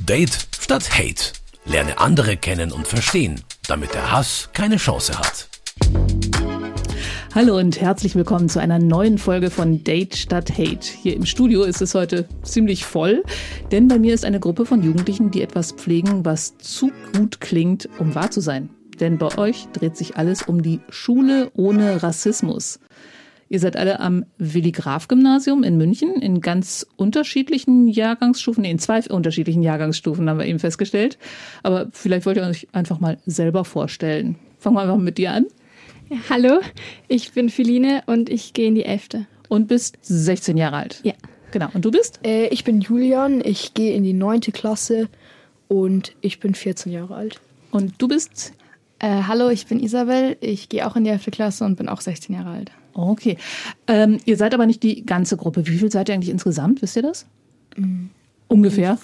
Date statt Hate. Lerne andere kennen und verstehen, damit der Hass keine Chance hat. Hallo und herzlich willkommen zu einer neuen Folge von Date statt Hate. Hier im Studio ist es heute ziemlich voll, denn bei mir ist eine Gruppe von Jugendlichen, die etwas pflegen, was zu gut klingt, um wahr zu sein. Denn bei euch dreht sich alles um die Schule ohne Rassismus. Ihr seid alle am Willi-Graf-Gymnasium in München in ganz unterschiedlichen Jahrgangsstufen, in 2 unterschiedlichen Jahrgangsstufen haben wir eben festgestellt. Aber vielleicht wollt ihr euch einfach mal selber vorstellen. Fangen wir einfach mit dir an. Ja, hallo, ich bin Philine und ich gehe in die 11. Und bist 16 Jahre alt. Ja. Genau. Und du bist? Ich bin Julian, ich gehe in die 9. Klasse und ich bin 14 Jahre alt. Und du bist? Hallo, ich bin Isabel, ich gehe auch in die 11. Klasse und bin auch 16 Jahre alt. Okay. Ihr seid aber nicht die ganze Gruppe. Wie viel seid ihr eigentlich insgesamt? Wisst ihr das? Ungefähr?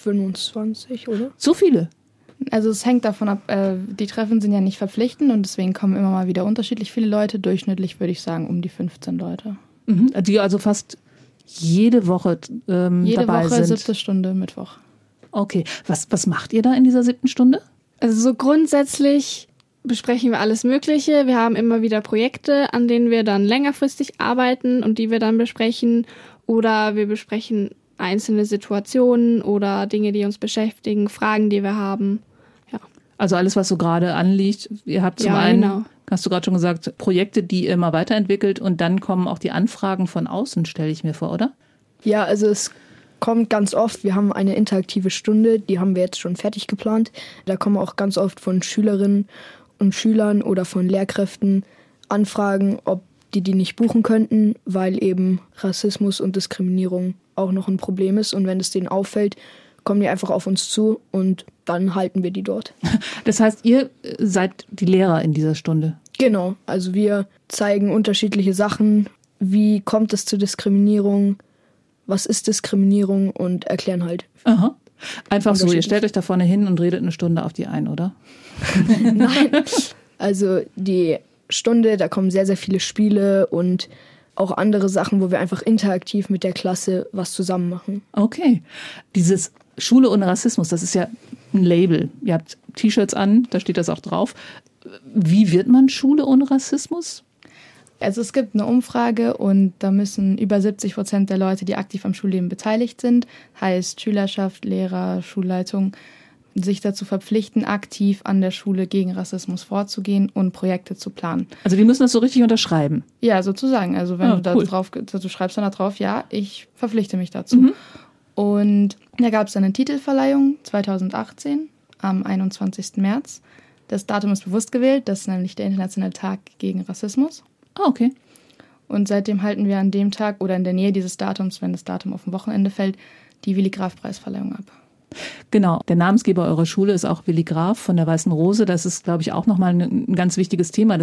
25, oder? So viele? Also es hängt davon ab, die Treffen sind ja nicht verpflichtend und deswegen kommen immer mal wieder unterschiedlich viele Leute. Durchschnittlich würde ich sagen um die 15 Leute. Mhm. Die also fast jede Woche jede dabei Woche sind? 7. Stunde, Mittwoch. Okay. Was macht ihr da in dieser 7. Stunde? Also so grundsätzlich besprechen wir alles Mögliche. Wir haben immer wieder Projekte, an denen wir dann längerfristig arbeiten und die wir dann besprechen. Oder wir besprechen einzelne Situationen oder Dinge, die uns beschäftigen, Fragen, die wir haben. Ja. Also alles, was so gerade anliegt. Ihr habt zum einen, genau. hast du gerade schon gesagt, Projekte, die ihr immer weiterentwickelt und dann kommen auch die Anfragen von außen, stelle ich mir vor, oder? Ja, also es kommt ganz oft, wir haben eine interaktive Stunde, die haben wir jetzt schon fertig geplant. Da kommen auch ganz oft von Schülerinnen und Schülern oder von Lehrkräften Anfragen, ob die nicht buchen könnten, weil eben Rassismus und Diskriminierung auch noch ein Problem ist. Und wenn es denen auffällt, kommen die einfach auf uns zu und dann halten wir die dort. Das heißt, ihr seid die Lehrer in dieser Stunde? Genau, also wir zeigen unterschiedliche Sachen. Wie kommt es zu Diskriminierung? Was ist Diskriminierung? Und erklären halt. Aha. Einfach so, ihr stellt euch da vorne hin und redet eine Stunde auf die ein, oder? Nein, also die Stunde, da kommen sehr, sehr viele Spiele und auch andere Sachen, wo wir einfach interaktiv mit der Klasse was zusammen machen. Okay. Dieses Schule ohne Rassismus, das ist ja ein Label. Ihr habt T-Shirts an, da steht das auch drauf. Wie wird man Schule ohne Rassismus? Also es gibt eine Umfrage und da müssen über 70% der Leute, die aktiv am Schulleben beteiligt sind, heißt Schülerschaft, Lehrer, Schulleitung, sich dazu verpflichten, aktiv an der Schule gegen Rassismus vorzugehen und Projekte zu planen. Also die müssen das so richtig unterschreiben? Ja, sozusagen. Also wenn du da cool. du schreibst dann da drauf, ja, ich verpflichte mich dazu. Und da gab es dann eine Titelverleihung 2018 am 21. März. Das Datum ist bewusst gewählt, das ist nämlich der Internationale Tag gegen Rassismus. Ah, okay. Und seitdem halten wir an dem Tag oder in der Nähe dieses Datums, wenn das Datum auf ein Wochenende fällt, die Willi-Graf-Preisverleihung ab. Genau. Der Namensgeber eurer Schule ist auch Willi Graf von der Weißen Rose. Das ist, glaube ich, auch nochmal ein ganz wichtiges Thema.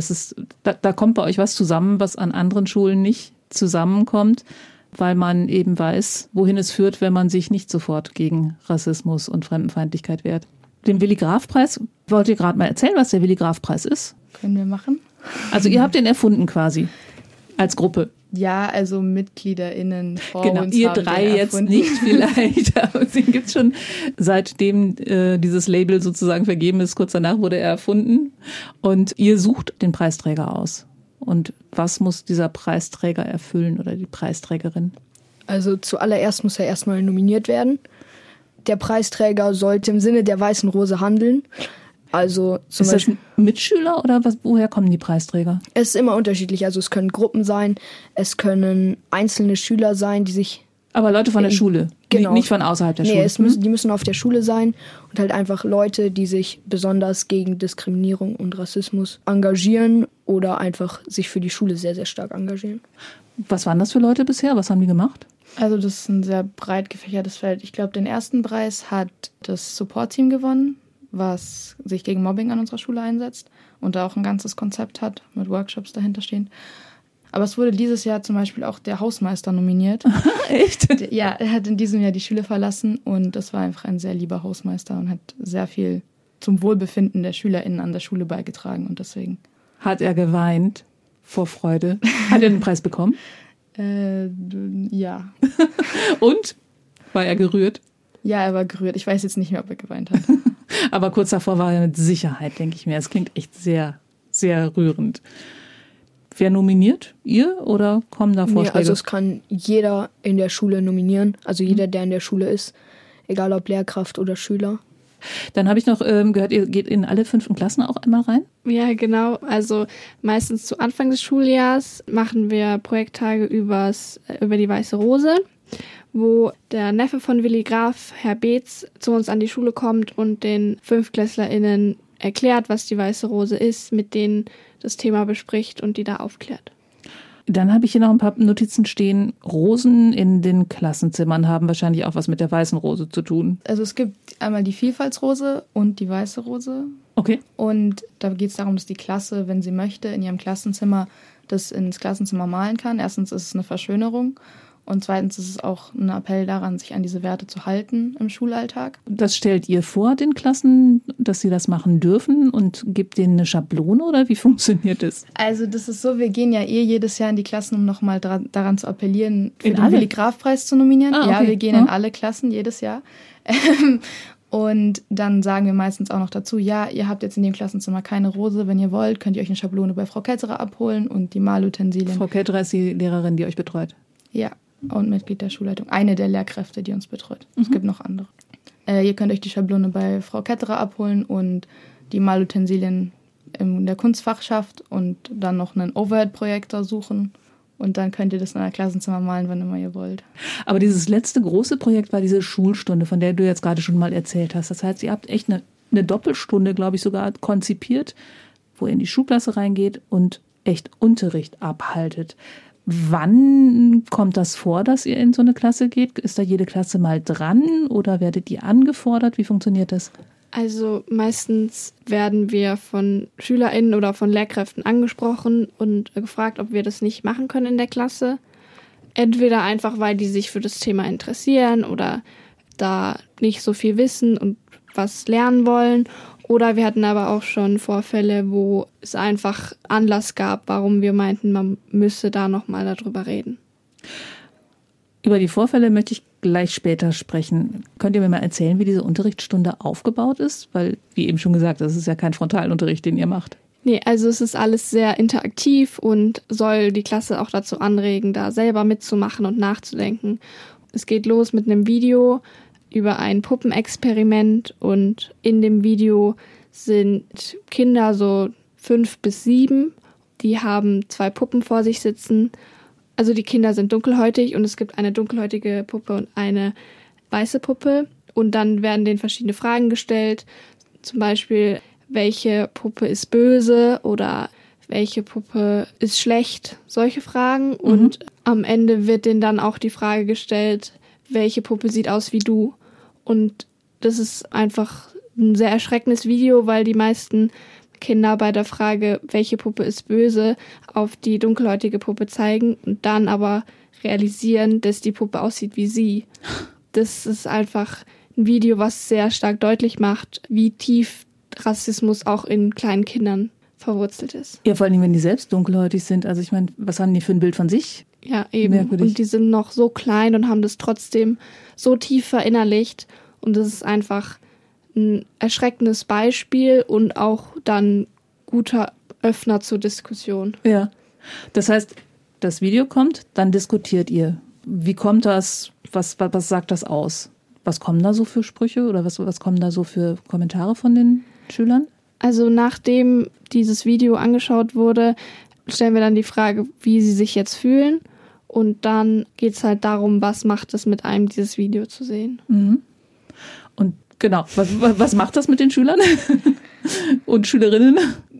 Da kommt bei euch was zusammen, was an anderen Schulen nicht zusammenkommt, weil man eben weiß, wohin es führt, wenn man sich nicht sofort gegen Rassismus und Fremdenfeindlichkeit wehrt. Den Willi-Graf-Preis, wollt ihr gerade mal erzählen, was der Willi-Graf-Preis ist? Können wir machen? Also ihr habt den erfunden quasi, als Gruppe. Ja, also MitgliederInnen vor genau, uns ihr haben drei den jetzt erfunden. nicht vielleicht, aber den gibt's schon seitdem dieses Label sozusagen vergeben ist. Kurz danach wurde er erfunden und ihr sucht den Preisträger aus. Und was muss dieser Preisträger erfüllen oder die Preisträgerin? Also zuallererst muss er erstmal nominiert werden. Der Preisträger sollte im Sinne der Weißen Rose handeln. Also zum Ist Beispiel, das ein Mitschüler oder woher kommen die Preisträger? es ist immer unterschiedlich. Also es können Gruppen sein, es können einzelne Schüler sein, die sich... Aber Leute von der Schule, Genau. nicht von außerhalb der Schule. Die müssen auf der Schule sein und halt einfach Leute, die sich besonders gegen Diskriminierung und Rassismus engagieren oder einfach sich für die Schule sehr, sehr stark engagieren. Was waren das für Leute bisher? Was haben die gemacht? Also das ist ein sehr breit gefächertes Feld. Ich glaube, den ersten Preis hat das Support-Team gewonnen, was sich gegen Mobbing an unserer Schule einsetzt und da auch ein ganzes Konzept hat, mit Workshops dahinter stehen. Aber es wurde dieses Jahr zum Beispiel auch der Hausmeister nominiert. Echt? Ja, er hat in diesem Jahr die Schule verlassen und das war einfach ein sehr lieber Hausmeister und hat sehr viel zum Wohlbefinden der SchülerInnen an der Schule beigetragen und deswegen. Hat er geweint vor Freude? Hat er den Preis bekommen? Ja. Und? War er gerührt? Ja, er war gerührt. Ich weiß jetzt nicht mehr, ob er geweint hat. Aber kurz davor war er mit Sicherheit, denke ich mir. Es klingt echt sehr, sehr rührend. Wer nominiert? Ihr oder kommen da Vorschläge? Nee, also es kann jeder in der Schule nominieren. Also jeder, der in der Schule ist. Egal ob Lehrkraft oder Schüler. Dann habe ich noch gehört, ihr geht in alle 5. Klassen auch einmal rein? Ja, genau. Also meistens zu Anfang des Schuljahrs machen wir Projekttage über die Weiße Rose, wo der Neffe von Willi Graf, Herr Beetz, zu uns an die Schule kommt und den 5-KlässlerInnen erklärt, was die Weiße Rose ist, mit denen das Thema bespricht und die da aufklärt. Dann habe ich hier noch ein paar Notizen stehen. Rosen in den Klassenzimmern haben wahrscheinlich auch was mit der Weißen Rose zu tun. Also es gibt einmal die Vielfaltsrose und die Weiße Rose. Okay. Und da geht es darum, dass die Klasse, wenn sie möchte, in ihrem Klassenzimmer das ins Klassenzimmer malen kann. Erstens ist es eine Verschönerung. Und zweitens ist es auch ein Appell daran, sich an diese Werte zu halten im Schulalltag. Das stellt ihr vor den Klassen, dass sie das machen dürfen und gebt denen eine Schablone oder wie funktioniert das? Also das ist so, wir gehen ja jedes Jahr in die Klassen, um nochmal daran zu appellieren, für den alle? Willi-Graf-Preis zu nominieren. Ah, okay. Ja, wir gehen in alle Klassen jedes Jahr. Und dann sagen wir meistens auch noch dazu, ja, ihr habt jetzt in dem Klassenzimmer keine Rose. Wenn ihr wollt, könnt ihr euch eine Schablone bei Frau Ketterer abholen und die Malutensilien. Frau Ketterer ist die Lehrerin, die euch betreut. Ja. Und Mitglied der Schulleitung. Eine der Lehrkräfte, die uns betreut. Es gibt noch andere. Ihr könnt euch die Schablone bei Frau Ketterer abholen und die Malutensilien in der Kunstfachschaft und dann noch einen Overhead-Projektor suchen. Und dann könnt ihr das in euer Klassenzimmer malen, wann immer ihr wollt. Aber dieses letzte große Projekt war diese Schulstunde, von der du jetzt gerade schon mal erzählt hast. Das heißt, ihr habt echt eine Doppelstunde, glaube ich, sogar konzipiert, wo ihr in die Schulklasse reingeht und echt Unterricht abhaltet. Wann kommt das vor, dass ihr in so eine Klasse geht? Ist da jede Klasse mal dran oder werdet ihr angefordert? Wie funktioniert das? Also meistens werden wir von SchülerInnen oder von Lehrkräften angesprochen und gefragt, ob wir das nicht machen können in der Klasse. Entweder einfach, weil die sich für das Thema interessieren oder da nicht so viel wissen und was lernen wollen. Oder wir hatten aber auch schon Vorfälle, wo es einfach Anlass gab, warum wir meinten, man müsse da nochmal darüber reden. Über die Vorfälle möchte ich gleich später sprechen. Könnt ihr mir mal erzählen, wie diese Unterrichtsstunde aufgebaut ist? Weil, wie eben schon gesagt, das ist ja kein Frontalunterricht, den ihr macht. Nee, also es ist alles sehr interaktiv und soll die Klasse auch dazu anregen, da selber mitzumachen und nachzudenken. Es geht los mit einem Video über ein Puppenexperiment und in dem Video sind Kinder so 5 bis 7, die haben 2 Puppen vor sich sitzen. Also die Kinder sind dunkelhäutig und es gibt eine dunkelhäutige Puppe und eine weiße Puppe und dann werden denen verschiedene Fragen gestellt, zum Beispiel welche Puppe ist böse oder welche Puppe ist schlecht, solche Fragen und am Ende wird denen dann auch die Frage gestellt, welche Puppe sieht aus wie du. Und das ist einfach ein sehr erschreckendes Video, weil die meisten Kinder bei der Frage, welche Puppe ist böse, auf die dunkelhäutige Puppe zeigen und dann aber realisieren, dass die Puppe aussieht wie sie. Das ist einfach ein Video, was sehr stark deutlich macht, wie tief Rassismus auch in kleinen Kindern verwurzelt ist. Ja, vor allem, wenn die selbst dunkelhäutig sind. Also ich meine, was haben die für ein Bild von sich? Ja, eben. Merkwürdig. Und die sind noch so klein und haben das trotzdem so tief verinnerlicht. Und das ist einfach ein erschreckendes Beispiel und auch dann guter Öffner zur Diskussion. Ja. Das heißt, das Video kommt, dann diskutiert ihr. Wie kommt das? Was sagt das aus? Was kommen da so für Sprüche oder was kommen da so für Kommentare von den Schülern? Also nachdem dieses Video angeschaut wurde, stellen wir dann die Frage, wie sie sich jetzt fühlen. Und dann geht es halt darum, was macht es mit einem, dieses Video zu sehen. Mhm. Und genau, was macht das mit den Schülern und Schülerinnen?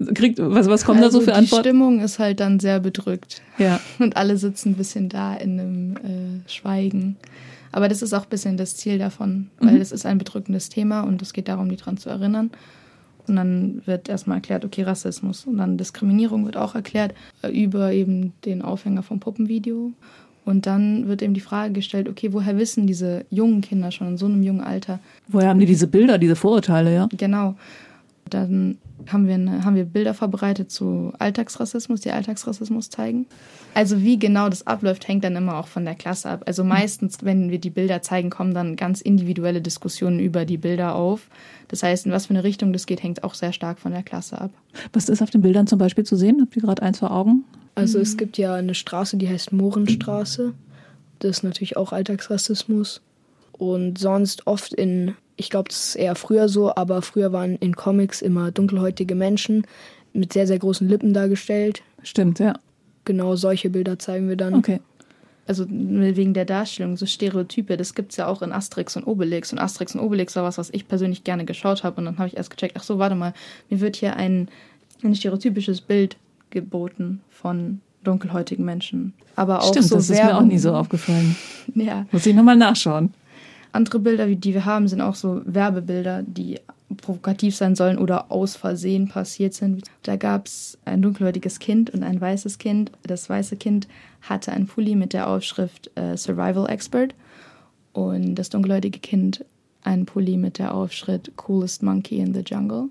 Was kommen da so für Antworten? Die Stimmung ist halt dann sehr bedrückt. Ja. Und alle sitzen ein bisschen da in einem Schweigen. Aber das ist auch ein bisschen das Ziel davon, weil es ist ein bedrückendes Thema und es geht darum, die daran zu erinnern. Und dann wird erstmal erklärt, okay, Rassismus. Und dann Diskriminierung wird auch erklärt über eben den Aufhänger vom Puppenvideo. Und dann wird eben die Frage gestellt, okay, woher wissen diese jungen Kinder schon in so einem jungen Alter? Woher haben die diese Bilder, diese Vorurteile, ja? Genau. Dann haben wir Bilder vorbereitet zu Alltagsrassismus, die Alltagsrassismus zeigen. Also wie genau das abläuft, hängt dann immer auch von der Klasse ab. Also meistens, wenn wir die Bilder zeigen, kommen dann ganz individuelle Diskussionen über die Bilder auf. Das heißt, in was für eine Richtung das geht, hängt auch sehr stark von der Klasse ab. Was ist auf den Bildern zum Beispiel zu sehen? Habt ihr gerade eins vor Augen? Also es gibt ja eine Straße, die heißt Mohrenstraße. Das ist natürlich auch Alltagsrassismus. Und sonst oft ich glaube, das ist eher früher so, aber früher waren in Comics immer dunkelhäutige Menschen mit sehr, sehr großen Lippen dargestellt. Stimmt, ja. Genau solche Bilder zeigen wir dann. Okay. Also wegen der Darstellung, so Stereotype, das gibt es ja auch in Asterix und Obelix. Und Asterix und Obelix war was ich persönlich gerne geschaut habe. Und dann habe ich erst gecheckt, ach so, warte mal, mir wird hier ein stereotypisches Bild geboten von dunkelhäutigen Menschen. Aber auch Stimmt, so das ist mir auch nie so aufgefallen. Ja. Muss ich nochmal nachschauen. Andere Bilder, die wir haben, sind auch so Werbebilder, die provokativ sein sollen oder aus Versehen passiert sind. Da gab es ein dunkelhäutiges Kind und ein weißes Kind. Das weiße Kind hatte einen Pulli mit der Aufschrift Survival Expert und das dunkelhäutige Kind einen Pulli mit der Aufschrift Coolest Monkey in the Jungle.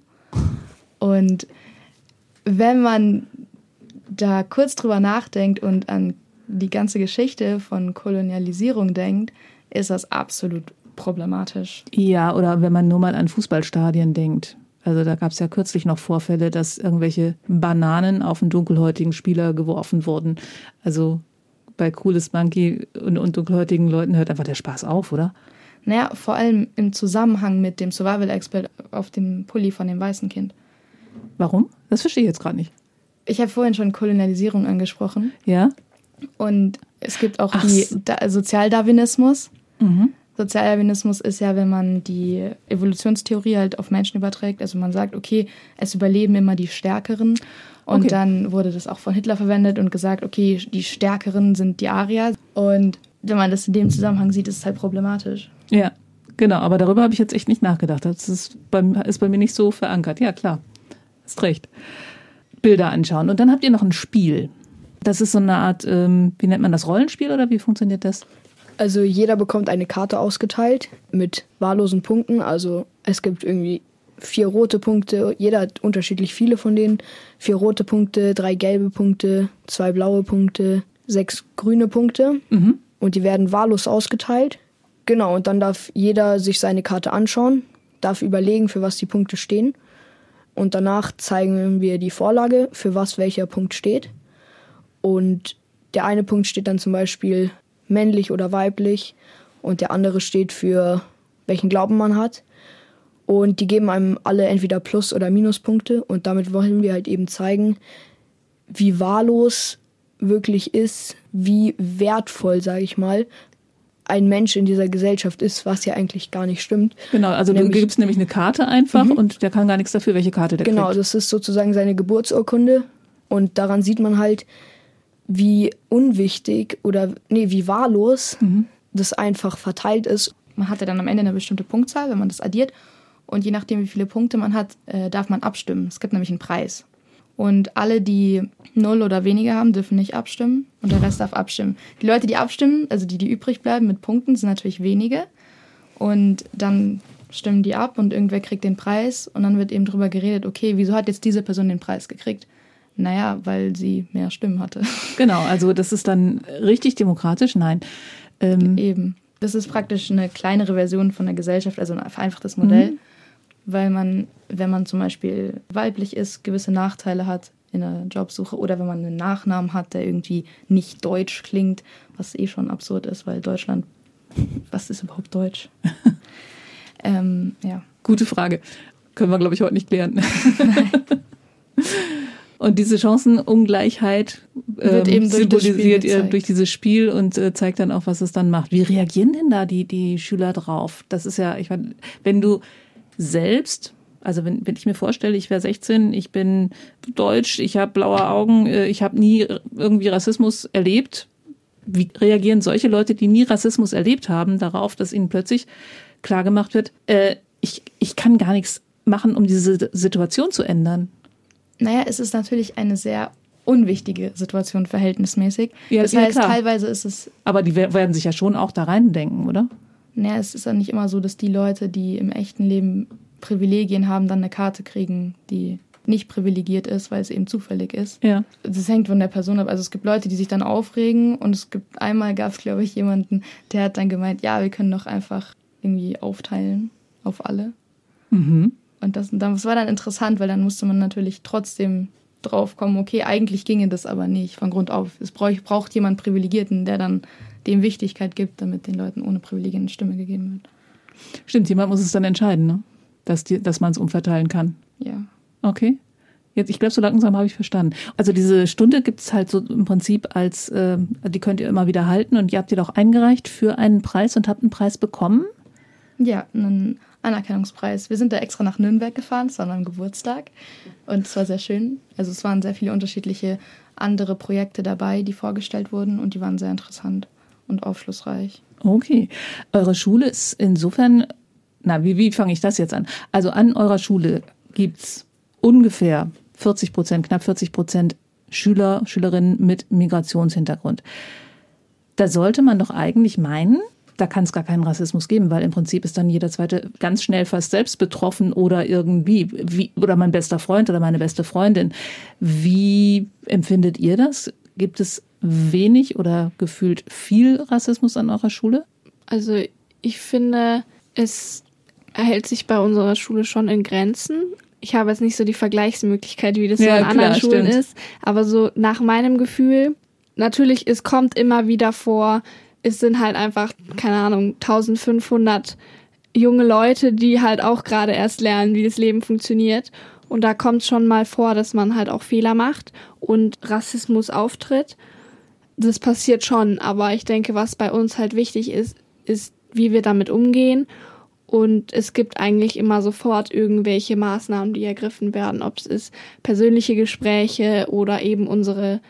Und wenn man da kurz drüber nachdenkt und an die ganze Geschichte von Kolonialisierung denkt, ist das absolut problematisch. Ja, oder wenn man nur mal an Fußballstadien denkt. Also da gab es ja kürzlich noch Vorfälle, dass irgendwelche Bananen auf einen dunkelhäutigen Spieler geworfen wurden. Also bei Coolest Monkey und dunkelhäutigen Leuten hört einfach der Spaß auf, oder? Naja, vor allem im Zusammenhang mit dem Survival Expert auf dem Pulli von dem weißen Kind. Warum? Das verstehe ich jetzt gerade nicht. Ich habe vorhin schon Kolonialisierung angesprochen. Ja? Und es gibt auch Sozialdarwinismus. Mhm. Sozialdarwinismus ist ja, wenn man die Evolutionstheorie halt auf Menschen überträgt. Also man sagt, okay, es überleben immer die Stärkeren. Und Okay. dann wurde das auch von Hitler verwendet und gesagt, okay, die Stärkeren sind die Arier. Und wenn man das in dem Zusammenhang sieht, ist es halt problematisch. Ja, genau. Aber darüber habe ich jetzt echt nicht nachgedacht. Das ist bei mir nicht so verankert. Ja, klar. Hast recht. Bilder anschauen. Und dann habt ihr noch ein Spiel. Das ist so eine Art, wie nennt man das, Rollenspiel oder wie funktioniert das? Also jeder bekommt eine Karte ausgeteilt mit wahllosen Punkten. Also es gibt irgendwie 4 rote Punkte, jeder hat unterschiedlich viele von denen. 4 rote Punkte, 3 gelbe Punkte, 2 blaue Punkte, 6 grüne Punkte. Mhm. Und die werden wahllos ausgeteilt. Genau, und dann darf jeder sich seine Karte anschauen, darf überlegen, für was die Punkte stehen. Und danach zeigen wir die Vorlage, für was welcher Punkt steht. Und der eine Punkt steht dann zum Beispiel männlich oder weiblich und der andere steht für welchen Glauben man hat. Und die geben einem alle entweder Plus- oder Minuspunkte und damit wollen wir halt eben zeigen, wie wahllos wirklich ist, wie wertvoll, sage ich mal, ein Mensch in dieser Gesellschaft ist, was ja eigentlich gar nicht stimmt. Genau, also du gibst nämlich eine Karte einfach und der kann gar nichts dafür, welche Karte der kriegt. Genau, das ist sozusagen seine Geburtsurkunde und daran sieht man halt, wie unwichtig oder wie wahllos das einfach verteilt ist. Man hatte dann am Ende eine bestimmte Punktzahl, wenn man das addiert. Und je nachdem, wie viele Punkte man hat, darf man abstimmen. Es gibt nämlich einen Preis. Und alle, die 0 oder weniger haben, dürfen nicht abstimmen. Und der Rest darf abstimmen. Die Leute, die abstimmen, also die übrig bleiben mit Punkten, sind natürlich wenige. Und dann stimmen die ab und irgendwer kriegt den Preis. Und dann wird eben drüber geredet, okay, wieso hat jetzt diese Person den Preis gekriegt? Naja, weil sie mehr Stimmen hatte. Genau, also das ist dann richtig demokratisch? Nein. Eben. Das ist praktisch eine kleinere Version von der Gesellschaft, also ein vereinfachtes Modell. Weil man, wenn man zum Beispiel weiblich ist, gewisse Nachteile hat in der Jobsuche oder wenn man einen Nachnamen hat, der irgendwie nicht deutsch klingt, was eh schon absurd ist, weil Deutschland, was ist überhaupt Deutsch? Ja. Gute Frage. Können wir, glaube ich, heute nicht klären. Und diese Chancenungleichheit wird eben symbolisiert ihr durch dieses Spiel und zeigt dann auch, was es dann macht. Wie reagieren denn da die Schüler drauf? Das ist ja, ich meine, wenn du selbst, also wenn ich mir vorstelle, ich wäre 16, ich bin deutsch, ich habe blaue Augen, ich habe nie irgendwie Rassismus erlebt. Wie reagieren solche Leute, die nie Rassismus erlebt haben, darauf, dass ihnen plötzlich klargemacht wird, ich kann gar nichts machen, um diese Situation zu ändern? Naja, es ist natürlich eine sehr unwichtige Situation verhältnismäßig. Ja, das ja, heißt, klar. teilweise ist es... Aber die werden sich ja schon auch da reindenken, oder? Naja, es ist ja nicht immer so, dass die Leute, die im echten Leben Privilegien haben, dann eine Karte kriegen, die nicht privilegiert ist, weil es eben zufällig ist. Ja. Das hängt von der Person ab. Also es gibt Leute, die sich dann aufregen und einmal gab es, glaube ich, jemanden, der hat dann gemeint, ja, wir können doch einfach irgendwie aufteilen auf alle. Mhm. Und das war dann interessant, weil dann musste man natürlich trotzdem drauf kommen, okay, eigentlich ginge das aber nicht von Grund auf. Es braucht jemanden Privilegierten, der dann dem Wichtigkeit gibt, damit den Leuten ohne Privilegien eine Stimme gegeben wird. Stimmt, jemand muss es dann entscheiden, ne? Dass man es umverteilen kann. Ja. Okay. Jetzt, ich glaube, so langsam habe ich verstanden. Also diese Stunde gibt es halt so im Prinzip als, die könnt ihr immer wieder halten und ihr habt die doch eingereicht für einen Preis und habt einen Preis bekommen? Ja, einen Anerkennungspreis. Wir sind da extra nach Nürnberg gefahren, es war an meinem Geburtstag und es war sehr schön. Also es waren sehr viele unterschiedliche andere Projekte dabei, die vorgestellt wurden und die waren sehr interessant und aufschlussreich. Okay. Eure Schule ist insofern, wie fange ich das jetzt an? Also an eurer Schule gibt's ungefähr 40%, knapp 40% Schüler, Schülerinnen mit Migrationshintergrund. Da sollte man doch eigentlich meinen, da kann es gar keinen Rassismus geben, weil im Prinzip ist dann jeder Zweite ganz schnell fast selbst betroffen oder irgendwie, oder mein bester Freund oder meine beste Freundin. Wie empfindet ihr das? Gibt es wenig oder gefühlt viel Rassismus an eurer Schule? Also ich finde, es erhält sich bei unserer Schule schon in Grenzen. Ich habe jetzt nicht so die Vergleichsmöglichkeit, wie das so an anderen Schulen ist. Aber so nach meinem Gefühl, natürlich, es kommt immer wieder vor, es sind halt einfach, keine Ahnung, 1500 junge Leute, die halt auch gerade erst lernen, wie das Leben funktioniert. Und da kommt schon mal vor, dass man halt auch Fehler macht und Rassismus auftritt. Das passiert schon, aber ich denke, was bei uns halt wichtig ist, wie wir damit umgehen. Und es gibt eigentlich immer sofort irgendwelche Maßnahmen, die ergriffen werden, ob es ist persönliche Gespräche oder eben unsere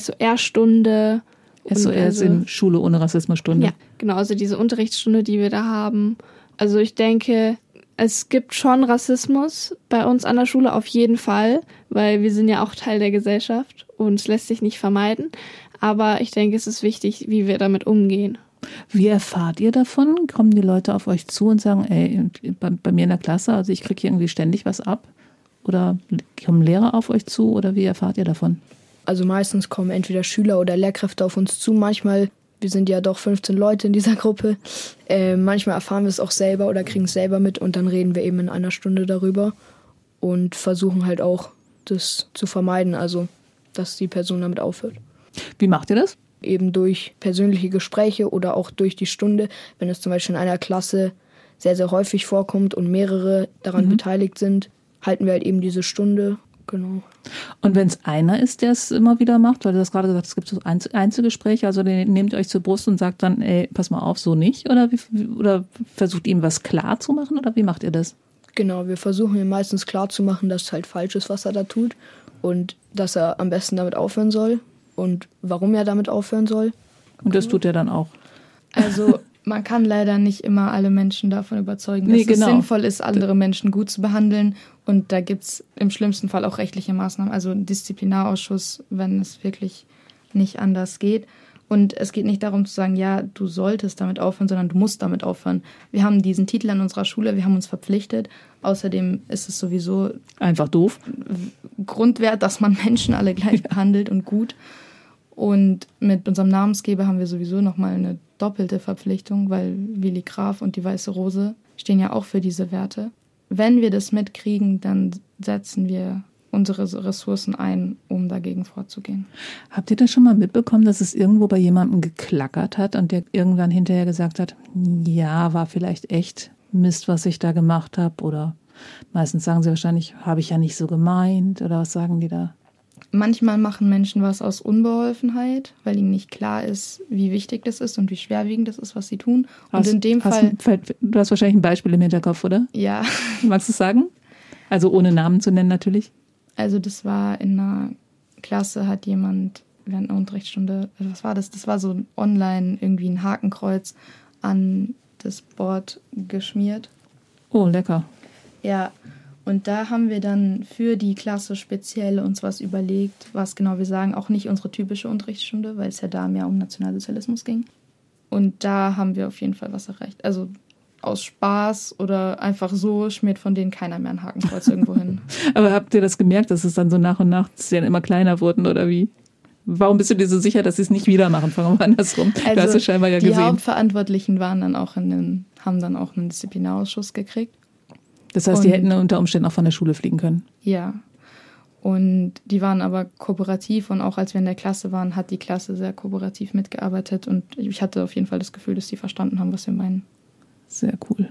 SOR-Stunde. SOR ist in Schule ohne Rassismus-Stunde. Ja, genau, also diese Unterrichtsstunde, die wir da haben. Also ich denke, es gibt schon Rassismus bei uns an der Schule, auf jeden Fall, weil wir sind ja auch Teil der Gesellschaft und es lässt sich nicht vermeiden. Aber ich denke, es ist wichtig, wie wir damit umgehen. Wie erfahrt ihr davon? Kommen die Leute auf euch zu und sagen, ey, bei mir in der Klasse, also ich kriege hier irgendwie ständig was ab? Oder kommen Lehrer auf euch zu? Oder wie erfahrt ihr davon? Also meistens kommen entweder Schüler oder Lehrkräfte auf uns zu. Manchmal, wir sind ja doch 15 Leute in dieser Gruppe, manchmal erfahren wir es auch selber oder kriegen es selber mit und dann reden wir eben in einer Stunde darüber und versuchen halt auch, das zu vermeiden, also dass die Person damit aufhört. Wie macht ihr das? Eben durch persönliche Gespräche oder auch durch die Stunde, wenn es zum Beispiel in einer Klasse sehr, sehr häufig vorkommt und mehrere daran beteiligt sind, halten wir halt eben diese Stunde. Genau. Und wenn es einer ist, der es immer wieder macht, weil du hast gerade gesagt, es gibt so Einzelgespräche, also den nehmt ihr euch zur Brust und sagt dann, ey, pass mal auf, so nicht? Oder versucht ihm was klar zu machen oder wie macht ihr das? Genau, wir versuchen ihm meistens klar zu machen, dass es halt falsch ist, was er da tut und dass er am besten damit aufhören soll. Und warum er damit aufhören soll. Und das tut er dann auch. Also man kann leider nicht immer alle Menschen davon überzeugen, dass es sinnvoll ist, andere Menschen gut zu behandeln. Und da gibt es im schlimmsten Fall auch rechtliche Maßnahmen, also einen Disziplinarausschuss, wenn es wirklich nicht anders geht. Und es geht nicht darum zu sagen, ja, du solltest damit aufhören, sondern du musst damit aufhören. Wir haben diesen Titel an unserer Schule, wir haben uns verpflichtet. Außerdem ist es sowieso einfach doof. Grundwert, dass man Menschen alle gleich behandelt und gut. Und mit unserem Namensgeber haben wir sowieso nochmal eine doppelte Verpflichtung, weil Willi Graf und die Weiße Rose stehen ja auch für diese Werte. Wenn wir das mitkriegen, dann setzen wir unsere Ressourcen ein, um dagegen vorzugehen. Habt ihr das schon mal mitbekommen, dass es irgendwo bei jemandem geklackert hat und der irgendwann hinterher gesagt hat, ja, war vielleicht echt Mist, was ich da gemacht habe? Oder meistens sagen sie wahrscheinlich, habe ich ja nicht so gemeint. Oder was sagen die da? Manchmal machen Menschen was aus Unbeholfenheit, weil ihnen nicht klar ist, wie wichtig das ist und wie schwerwiegend das ist, was sie tun. Und in dem Fall... Du hast wahrscheinlich ein Beispiel im Hinterkopf, oder? Ja. Magst du es sagen? Also ohne Namen zu nennen natürlich. Also das war in einer Klasse, hat jemand während einer Unterrichtsstunde, was war das? Das war so online irgendwie ein Hakenkreuz an das Board geschmiert. Oh, lecker. Ja, und da haben wir dann für die Klasse speziell uns was überlegt, was genau wir sagen, auch nicht unsere typische Unterrichtsstunde, weil es ja da mehr um Nationalsozialismus ging. Und da haben wir auf jeden Fall was erreicht. Also aus Spaß oder einfach so schmiert von denen keiner mehr ein Hakenkreuz irgendwo hin. Aber habt ihr das gemerkt, dass es dann so nach und nach dann immer kleiner wurden oder wie? Warum bist du dir so sicher, dass sie es nicht wieder machen? Fangen wir mal andersrum. Also du hast es scheinbar ja die gesehen. Hauptverantwortlichen waren dann auch haben dann auch einen Disziplinarausschuss gekriegt. Das heißt, die hätten unter Umständen auch von der Schule fliegen können. Ja. Und die waren aber kooperativ und auch als wir in der Klasse waren, hat die Klasse sehr kooperativ mitgearbeitet und ich hatte auf jeden Fall das Gefühl, dass die verstanden haben, was wir meinen. Sehr cool.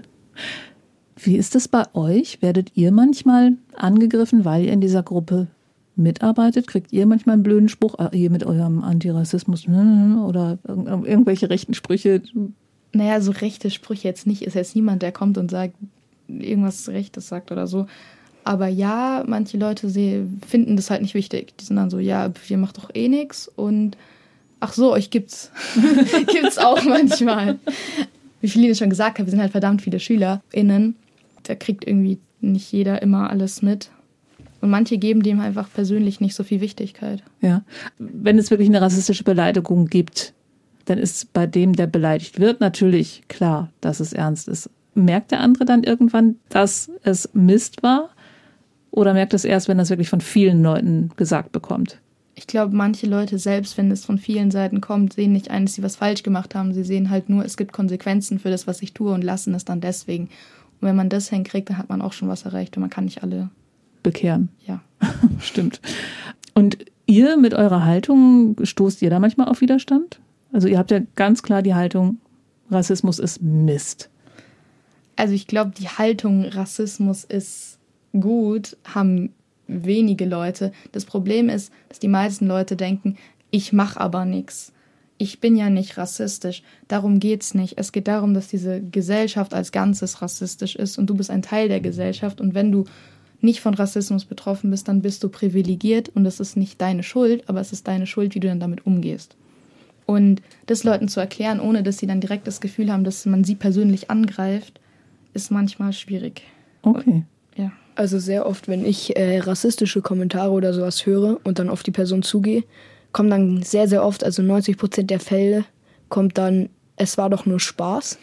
Wie ist es bei euch? Werdet ihr manchmal angegriffen, weil ihr in dieser Gruppe mitarbeitet? Kriegt ihr manchmal einen blöden Spruch, ihr mit eurem Antirassismus oder irgendwelche rechten Sprüche? Naja, so rechte Sprüche jetzt nicht. Ist jetzt niemand, der kommt und sagt, irgendwas Rechtes sagt oder so. Aber ja, manche Leute finden das halt nicht wichtig. Die sind dann so, ja, ihr macht doch eh nichts und ach so, euch gibt's. Gibt's auch manchmal. Wie Feline schon gesagt hat, wir sind halt verdammt viele SchülerInnen. Da kriegt irgendwie nicht jeder immer alles mit. Und manche geben dem einfach persönlich nicht so viel Wichtigkeit. Ja. Wenn es wirklich eine rassistische Beleidigung gibt, dann ist bei dem, der beleidigt wird, natürlich klar, dass es ernst ist. Merkt der andere dann irgendwann, dass es Mist war? Oder merkt es erst, wenn das wirklich von vielen Leuten gesagt bekommt? Ich glaube, manche Leute, selbst wenn es von vielen Seiten kommt, sehen nicht ein, dass sie was falsch gemacht haben. Sie sehen halt nur, es gibt Konsequenzen für das, was ich tue und lassen es dann deswegen. Und wenn man das hinkriegt, dann hat man auch schon was erreicht und man kann nicht alle bekehren. Ja. Stimmt. Und ihr mit eurer Haltung, stoßt ihr da manchmal auf Widerstand? Also ihr habt ja ganz klar die Haltung, Rassismus ist Mist. Also ich glaube, die Haltung, Rassismus ist gut, haben wenige Leute. Das Problem ist, dass die meisten Leute denken, ich mache aber nichts. Ich bin ja nicht rassistisch. Darum geht's nicht. Es geht darum, dass diese Gesellschaft als Ganzes rassistisch ist und du bist ein Teil der Gesellschaft. Und wenn du nicht von Rassismus betroffen bist, dann bist du privilegiert und das ist nicht deine Schuld, aber es ist deine Schuld, wie du dann damit umgehst. Und das Leuten zu erklären, ohne dass sie dann direkt das Gefühl haben, dass man sie persönlich angreift, ist manchmal schwierig. Okay. Ja. Also sehr oft, wenn ich rassistische Kommentare oder sowas höre und dann auf die Person zugehe, kommt dann sehr, sehr oft, also 90% der Fälle, kommt dann, es war doch nur Spaß.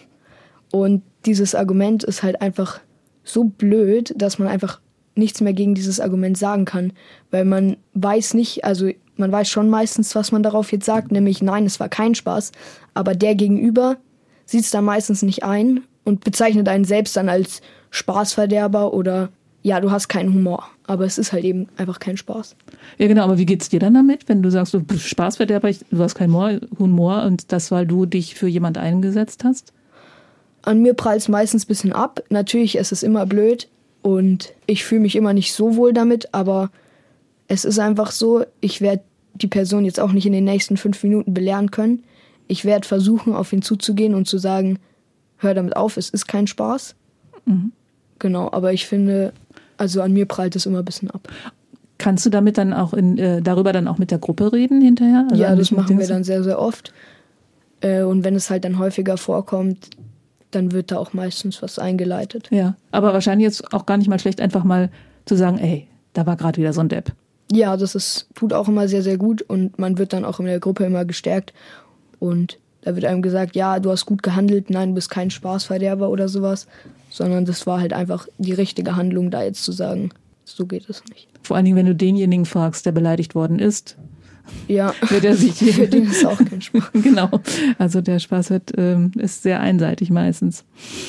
Und dieses Argument ist halt einfach so blöd, dass man einfach nichts mehr gegen dieses Argument sagen kann. Weil man weiß nicht, also man weiß schon meistens, was man darauf jetzt sagt, nämlich nein, es war kein Spaß. Aber der Gegenüber sieht es dann meistens nicht ein und bezeichnet einen selbst dann als Spaßverderber oder ja, du hast keinen Humor. Aber es ist halt eben einfach kein Spaß. Ja genau, aber wie geht's dir dann damit, wenn du sagst, du bist Spaßverderber, du hast keinen Humor und das, weil du dich für jemand eingesetzt hast? An mir prallt es meistens ein bisschen ab. Natürlich ist es immer blöd und ich fühle mich immer nicht so wohl damit, aber es ist einfach so, ich werde die Person jetzt auch nicht in den nächsten 5 Minuten belehren können. Ich werde versuchen, auf ihn zuzugehen und zu sagen, hör damit auf, es ist kein Spaß. Mhm. Genau, aber ich finde, also an mir prallt es immer ein bisschen ab. Kannst du damit dann auch darüber dann auch mit der Gruppe reden hinterher? Also ja, das machen wir dann sehr, sehr oft. Und wenn es halt dann häufiger vorkommt, dann wird da auch meistens was eingeleitet. Ja, aber wahrscheinlich jetzt auch gar nicht mal schlecht, einfach mal zu sagen, ey, da war gerade wieder so ein Depp. Ja, tut auch immer sehr, sehr gut und man wird dann auch in der Gruppe immer gestärkt und da wird einem gesagt, ja, du hast gut gehandelt, nein, du bist kein Spaßverderber oder sowas, sondern das war halt einfach die richtige Handlung, da jetzt zu sagen, so geht es nicht. Vor allen Dingen, wenn du denjenigen fragst, der beleidigt worden ist, ja, wird er sich für den ist auch kein Spaß. Genau, also der Spaß ist sehr einseitig meistens.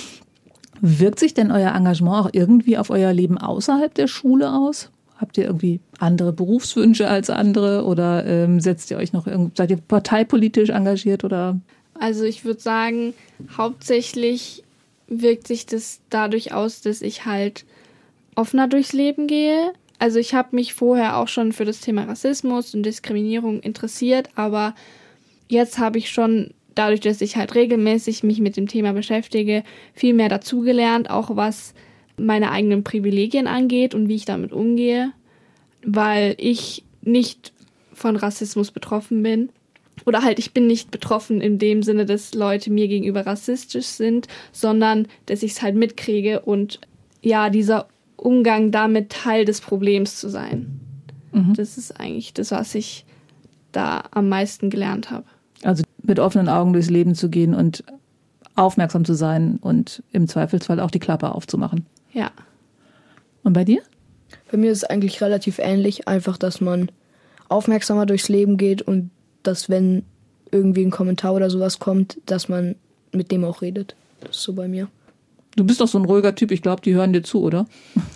Wirkt sich denn euer Engagement auch irgendwie auf euer Leben außerhalb der Schule aus? Habt ihr irgendwie andere Berufswünsche als andere oder seid ihr parteipolitisch engagiert oder? Also ich würde sagen, hauptsächlich wirkt sich das dadurch aus, dass ich halt offener durchs Leben gehe. Also ich habe mich vorher auch schon für das Thema Rassismus und Diskriminierung interessiert, aber jetzt habe ich schon, dadurch, dass ich halt regelmäßig mich mit dem Thema beschäftige, viel mehr dazugelernt, auch was meine eigenen Privilegien angeht und wie ich damit umgehe, weil ich nicht von Rassismus betroffen bin. Oder halt, ich bin nicht betroffen in dem Sinne, dass Leute mir gegenüber rassistisch sind, sondern dass ich es halt mitkriege und ja, dieser Umgang damit, Teil des Problems zu sein. Mhm. Das ist eigentlich das, was ich da am meisten gelernt habe. Also mit offenen Augen durchs Leben zu gehen und aufmerksam zu sein und im Zweifelsfall auch die Klappe aufzumachen. Ja. Und bei dir? Bei mir ist es eigentlich relativ ähnlich, einfach, dass man aufmerksamer durchs Leben geht und dass, wenn irgendwie ein Kommentar oder sowas kommt, dass man mit dem auch redet. Das ist so bei mir. Du bist doch so ein ruhiger Typ, ich glaube, die hören dir zu, oder?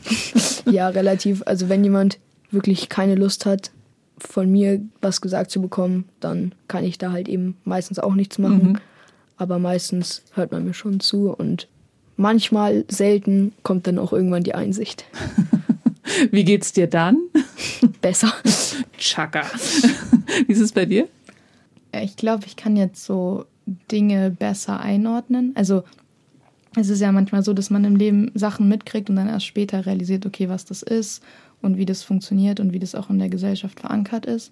Ja, relativ. Also wenn jemand wirklich keine Lust hat, von mir was gesagt zu bekommen, dann kann ich da halt eben meistens auch nichts machen. Aber meistens hört man mir schon zu und manchmal, selten, kommt dann auch irgendwann die Einsicht. Wie geht's dir dann? Besser. Chaka. Wie ist es bei dir? Ich glaube, ich kann jetzt so Dinge besser einordnen. Also es ist ja manchmal so, dass man im Leben Sachen mitkriegt und dann erst später realisiert, okay, was das ist und wie das funktioniert und wie das auch in der Gesellschaft verankert ist.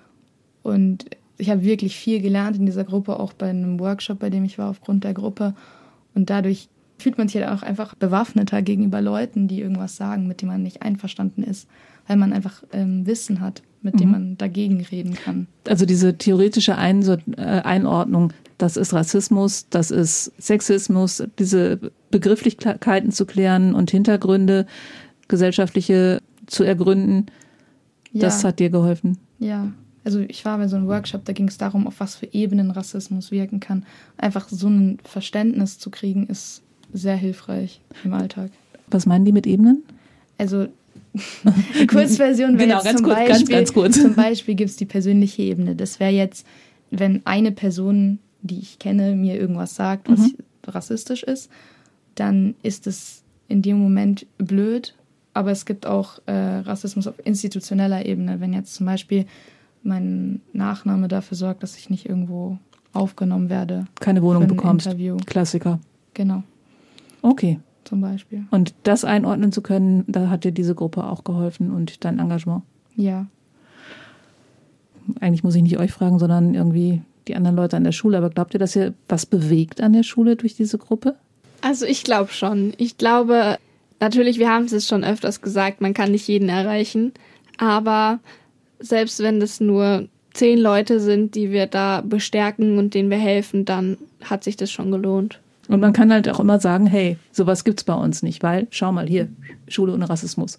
Und ich habe wirklich viel gelernt in dieser Gruppe, auch bei einem Workshop, bei dem ich war, aufgrund der Gruppe. Und dadurch fühlt man sich halt auch einfach bewaffneter gegenüber Leuten, die irgendwas sagen, mit denen man nicht einverstanden ist, weil man einfach Wissen hat, mit dem man dagegen reden kann. Also diese theoretische Einordnung, das ist Rassismus, das ist Sexismus, diese Begrifflichkeiten zu klären und Hintergründe, gesellschaftliche zu ergründen, das hat dir geholfen? Ja, also ich war bei so einem Workshop, da ging es darum, auf was für Ebenen Rassismus wirken kann. Einfach so ein Verständnis zu kriegen, ist sehr hilfreich im Alltag. Was meinen die mit Ebenen? Also die Kurzversion wäre jetzt ganz kurz. Zum Beispiel gibt es die persönliche Ebene. Das wäre jetzt, wenn eine Person, die ich kenne, mir irgendwas sagt, was rassistisch ist, dann ist es in dem Moment blöd. Aber es gibt auch Rassismus auf institutioneller Ebene. Wenn jetzt zum Beispiel mein Nachname dafür sorgt, dass ich nicht irgendwo aufgenommen werde. Keine Wohnung bekommst. Interview. Klassiker. Genau. Okay. Zum Beispiel. Und das einordnen zu können, da hat dir diese Gruppe auch geholfen und dein Engagement? Ja. Eigentlich muss ich nicht euch fragen, sondern irgendwie die anderen Leute an der Schule. Aber glaubt ihr, dass ihr was bewegt an der Schule durch diese Gruppe? Also ich glaube schon. Ich glaube, natürlich, wir haben es jetzt schon öfters gesagt, man kann nicht jeden erreichen. Aber selbst wenn das nur 10 Leute sind, die wir da bestärken und denen wir helfen, dann hat sich das schon gelohnt. Und man kann halt auch immer sagen, hey, sowas gibt's bei uns nicht, weil, schau mal hier, Schule ohne Rassismus.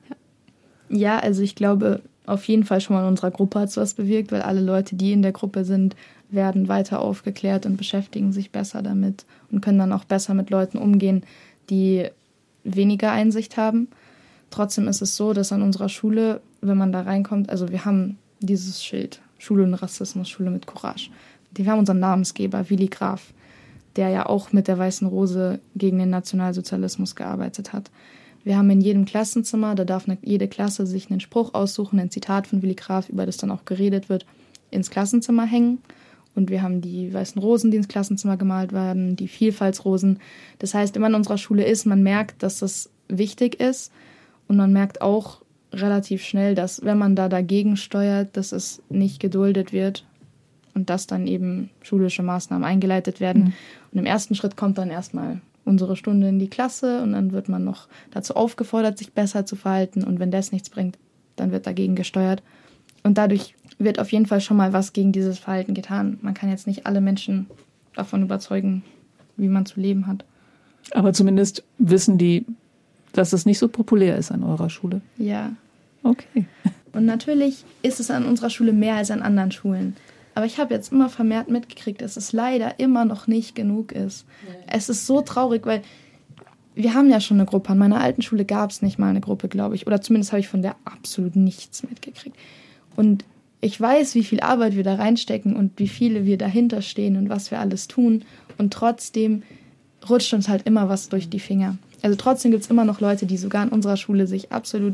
Ja, also ich glaube, auf jeden Fall schon mal in unserer Gruppe hat es was bewirkt, weil alle Leute, die in der Gruppe sind, werden weiter aufgeklärt und beschäftigen sich besser damit und können dann auch besser mit Leuten umgehen, die weniger Einsicht haben. Trotzdem ist es so, dass an unserer Schule, wenn man da reinkommt, also wir haben dieses Schild, Schule ohne Rassismus, Schule mit Courage. Wir haben unseren Namensgeber, Willi Graf, der ja auch mit der Weißen Rose gegen den Nationalsozialismus gearbeitet hat. Wir haben in jedem Klassenzimmer, da darf jede Klasse sich einen Spruch aussuchen, ein Zitat von Willi Graf, über das dann auch geredet wird, ins Klassenzimmer hängen. Und wir haben die weißen Rosen, die ins Klassenzimmer gemalt werden, die Vielfaltsrosen. Das heißt, wenn man in unserer Schule ist, man merkt, dass das wichtig ist. Und man merkt auch relativ schnell, dass, wenn man da dagegen steuert, dass es nicht geduldet wird. Und dass dann eben schulische Maßnahmen eingeleitet werden. Und im ersten Schritt kommt dann erstmal unsere Stunde in die Klasse und dann wird man noch dazu aufgefordert, sich besser zu verhalten. Und wenn das nichts bringt, dann wird dagegen gesteuert. Und dadurch wird auf jeden Fall schon mal was gegen dieses Verhalten getan. Man kann jetzt nicht alle Menschen davon überzeugen, wie man zu leben hat. Aber zumindest wissen die, dass es nicht so populär ist an eurer Schule. Ja. Okay. Und natürlich ist es an unserer Schule mehr als an anderen Schulen. Aber ich habe jetzt immer vermehrt mitgekriegt, dass es leider immer noch nicht genug ist. Ja. Es ist so traurig, weil wir haben ja schon eine Gruppe. An meiner alten Schule gab es nicht mal eine Gruppe, glaube ich. Oder zumindest habe ich von der absolut nichts mitgekriegt. Und ich weiß, wie viel Arbeit wir da reinstecken und wie viele wir dahinter stehen und was wir alles tun. Und trotzdem rutscht uns halt immer was durch die Finger. Also trotzdem gibt es immer noch Leute, die sogar an unserer Schule sich absolut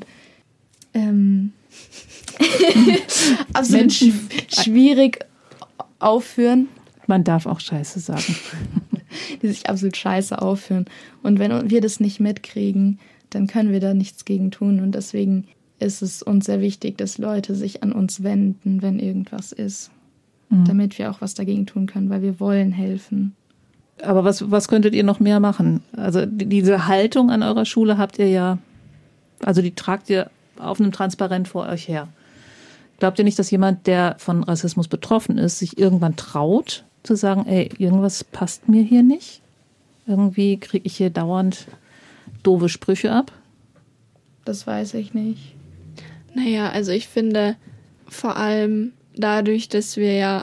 schwierig aufführen. Man darf auch Scheiße sagen. Die sich absolut scheiße aufführen. Und wenn wir das nicht mitkriegen, dann können wir da nichts gegen tun. Und deswegen ist es uns sehr wichtig, dass Leute sich an uns wenden, wenn irgendwas ist. Damit wir auch was dagegen tun können, weil wir wollen helfen. Aber was könntet ihr noch mehr machen? Also diese Haltung an eurer Schule habt ihr ja, also die tragt ihr auf einem Transparent vor euch her. Glaubt ihr nicht, dass jemand, der von Rassismus betroffen ist, sich irgendwann traut, zu sagen, ey, irgendwas passt mir hier nicht? Irgendwie kriege ich hier dauernd doofe Sprüche ab? Das weiß ich nicht. Naja, also ich finde vor allem dadurch, dass wir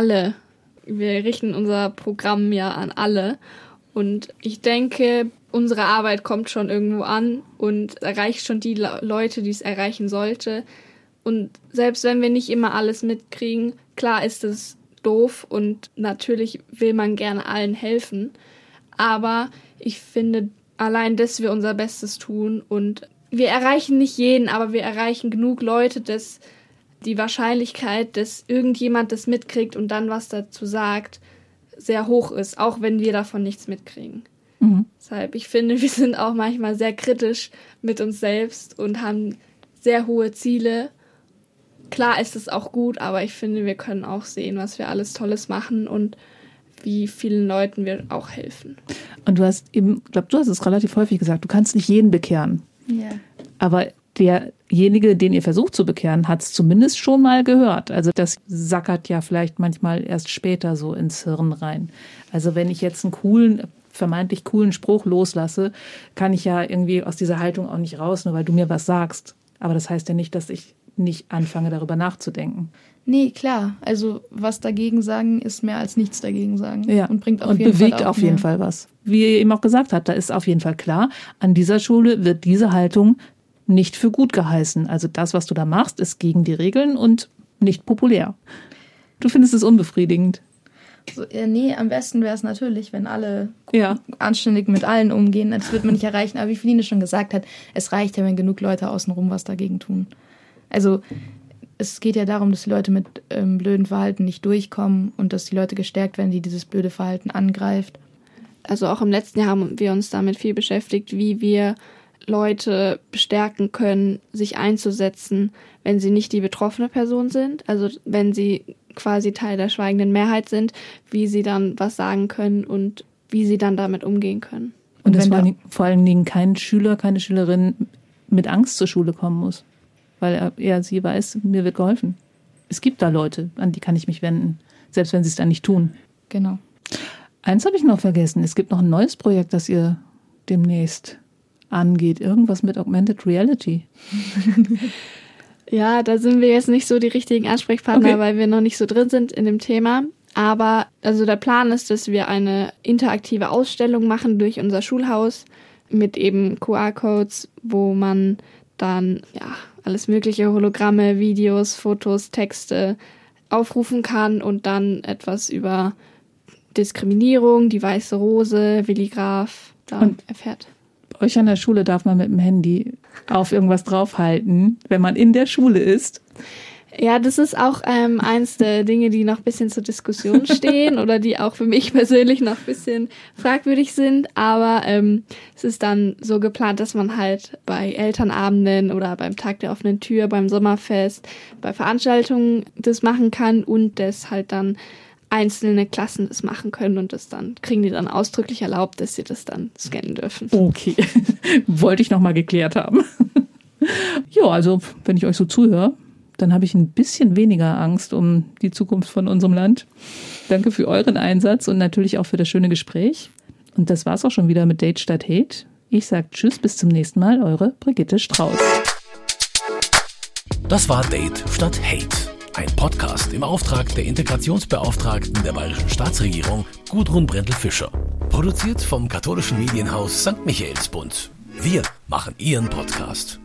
richten unser Programm ja an alle. Und ich denke, unsere Arbeit kommt schon irgendwo an und erreicht schon die Leute, die es erreichen sollte. Und selbst wenn wir nicht immer alles mitkriegen, klar ist es doof und natürlich will man gerne allen helfen. Aber ich finde, allein, dass wir unser Bestes tun und wir erreichen nicht jeden, aber wir erreichen genug Leute, dass die Wahrscheinlichkeit, dass irgendjemand das mitkriegt und dann was dazu sagt, sehr hoch ist, auch wenn wir davon nichts mitkriegen. Deshalb, ich finde, wir sind auch manchmal sehr kritisch mit uns selbst und haben sehr hohe Ziele. Klar ist es auch gut, aber ich finde, wir können auch sehen, was wir alles Tolles machen und wie vielen Leuten wir auch helfen. Und du hast eben, ich glaube, du hast es relativ häufig gesagt, du kannst nicht jeden bekehren. Ja. Aber derjenige, den ihr versucht zu bekehren, hat es zumindest schon mal gehört. Also das sackert ja vielleicht manchmal erst später so ins Hirn rein. Also wenn ich jetzt einen vermeintlich coolen Spruch loslasse, kann ich ja irgendwie aus dieser Haltung auch nicht raus, nur weil du mir was sagst. Aber das heißt ja nicht, dass ich nicht anfange, darüber nachzudenken. Nee, klar. Also was dagegen sagen, ist mehr als nichts dagegen sagen. Ja. Und bringt und bewegt auf jeden Fall was. Wie ihr eben auch gesagt habt, da ist auf jeden Fall klar, an dieser Schule wird diese Haltung nicht für gut geheißen. Also das, was du da machst, ist gegen die Regeln und nicht populär. Du findest es unbefriedigend. Nee, am besten wäre es natürlich, wenn alle anständig mit allen umgehen. Das wird man nicht erreichen. Aber wie Feline schon gesagt hat, es reicht ja, wenn genug Leute außenrum was dagegen tun. Also es geht ja darum, dass die Leute mit blödem Verhalten nicht durchkommen und dass die Leute gestärkt werden, die dieses blöde Verhalten angreift. Also auch im letzten Jahr haben wir uns damit viel beschäftigt, wie wir Leute bestärken können, sich einzusetzen, wenn sie nicht die betroffene Person sind. Also wenn sie quasi Teil der schweigenden Mehrheit sind, wie sie dann was sagen können und wie sie dann damit umgehen können. Und dass vor allen Dingen kein Schüler, keine Schülerin mit Angst zur Schule kommen muss. Weil sie weiß, mir wird geholfen. Es gibt da Leute, an die kann ich mich wenden, selbst wenn sie es dann nicht tun. Genau. Eins habe ich noch vergessen. Es gibt noch ein neues Projekt, das ihr demnächst angeht. Irgendwas mit Augmented Reality. Ja, da sind wir jetzt nicht so die richtigen Ansprechpartner, weil wir noch nicht so drin sind in dem Thema. Aber also der Plan ist, dass wir eine interaktive Ausstellung machen durch unser Schulhaus mit eben QR-Codes, wo man dann alles mögliche, Hologramme, Videos, Fotos, Texte aufrufen kann und dann etwas über Diskriminierung, die Weiße Rose, Willi Graf erfährt. Bei euch an der Schule darf man mit dem Handy auf irgendwas draufhalten, wenn man in der Schule ist. Ja, das ist auch eins der Dinge, die noch ein bisschen zur Diskussion stehen oder die auch für mich persönlich noch ein bisschen fragwürdig sind. Aber es ist dann so geplant, dass man halt bei Elternabenden oder beim Tag der offenen Tür, beim Sommerfest, bei Veranstaltungen das machen kann und dass halt dann einzelne Klassen das machen können und das dann kriegen die dann ausdrücklich erlaubt, dass sie das dann scannen dürfen. Okay, wollte ich nochmal geklärt haben. Ja, also wenn ich euch so zuhöre, dann habe ich ein bisschen weniger Angst um die Zukunft von unserem Land. Danke für euren Einsatz und natürlich auch für das schöne Gespräch. Und das war's auch schon wieder mit Date statt Hate. Ich sage Tschüss, bis zum nächsten Mal, eure Brigitte Strauß. Das war Date statt Hate. Ein Podcast im Auftrag der Integrationsbeauftragten der Bayerischen Staatsregierung, Gudrun Brendel-Fischer. Produziert vom katholischen Medienhaus St. Michaelsbund. Wir machen Ihren Podcast.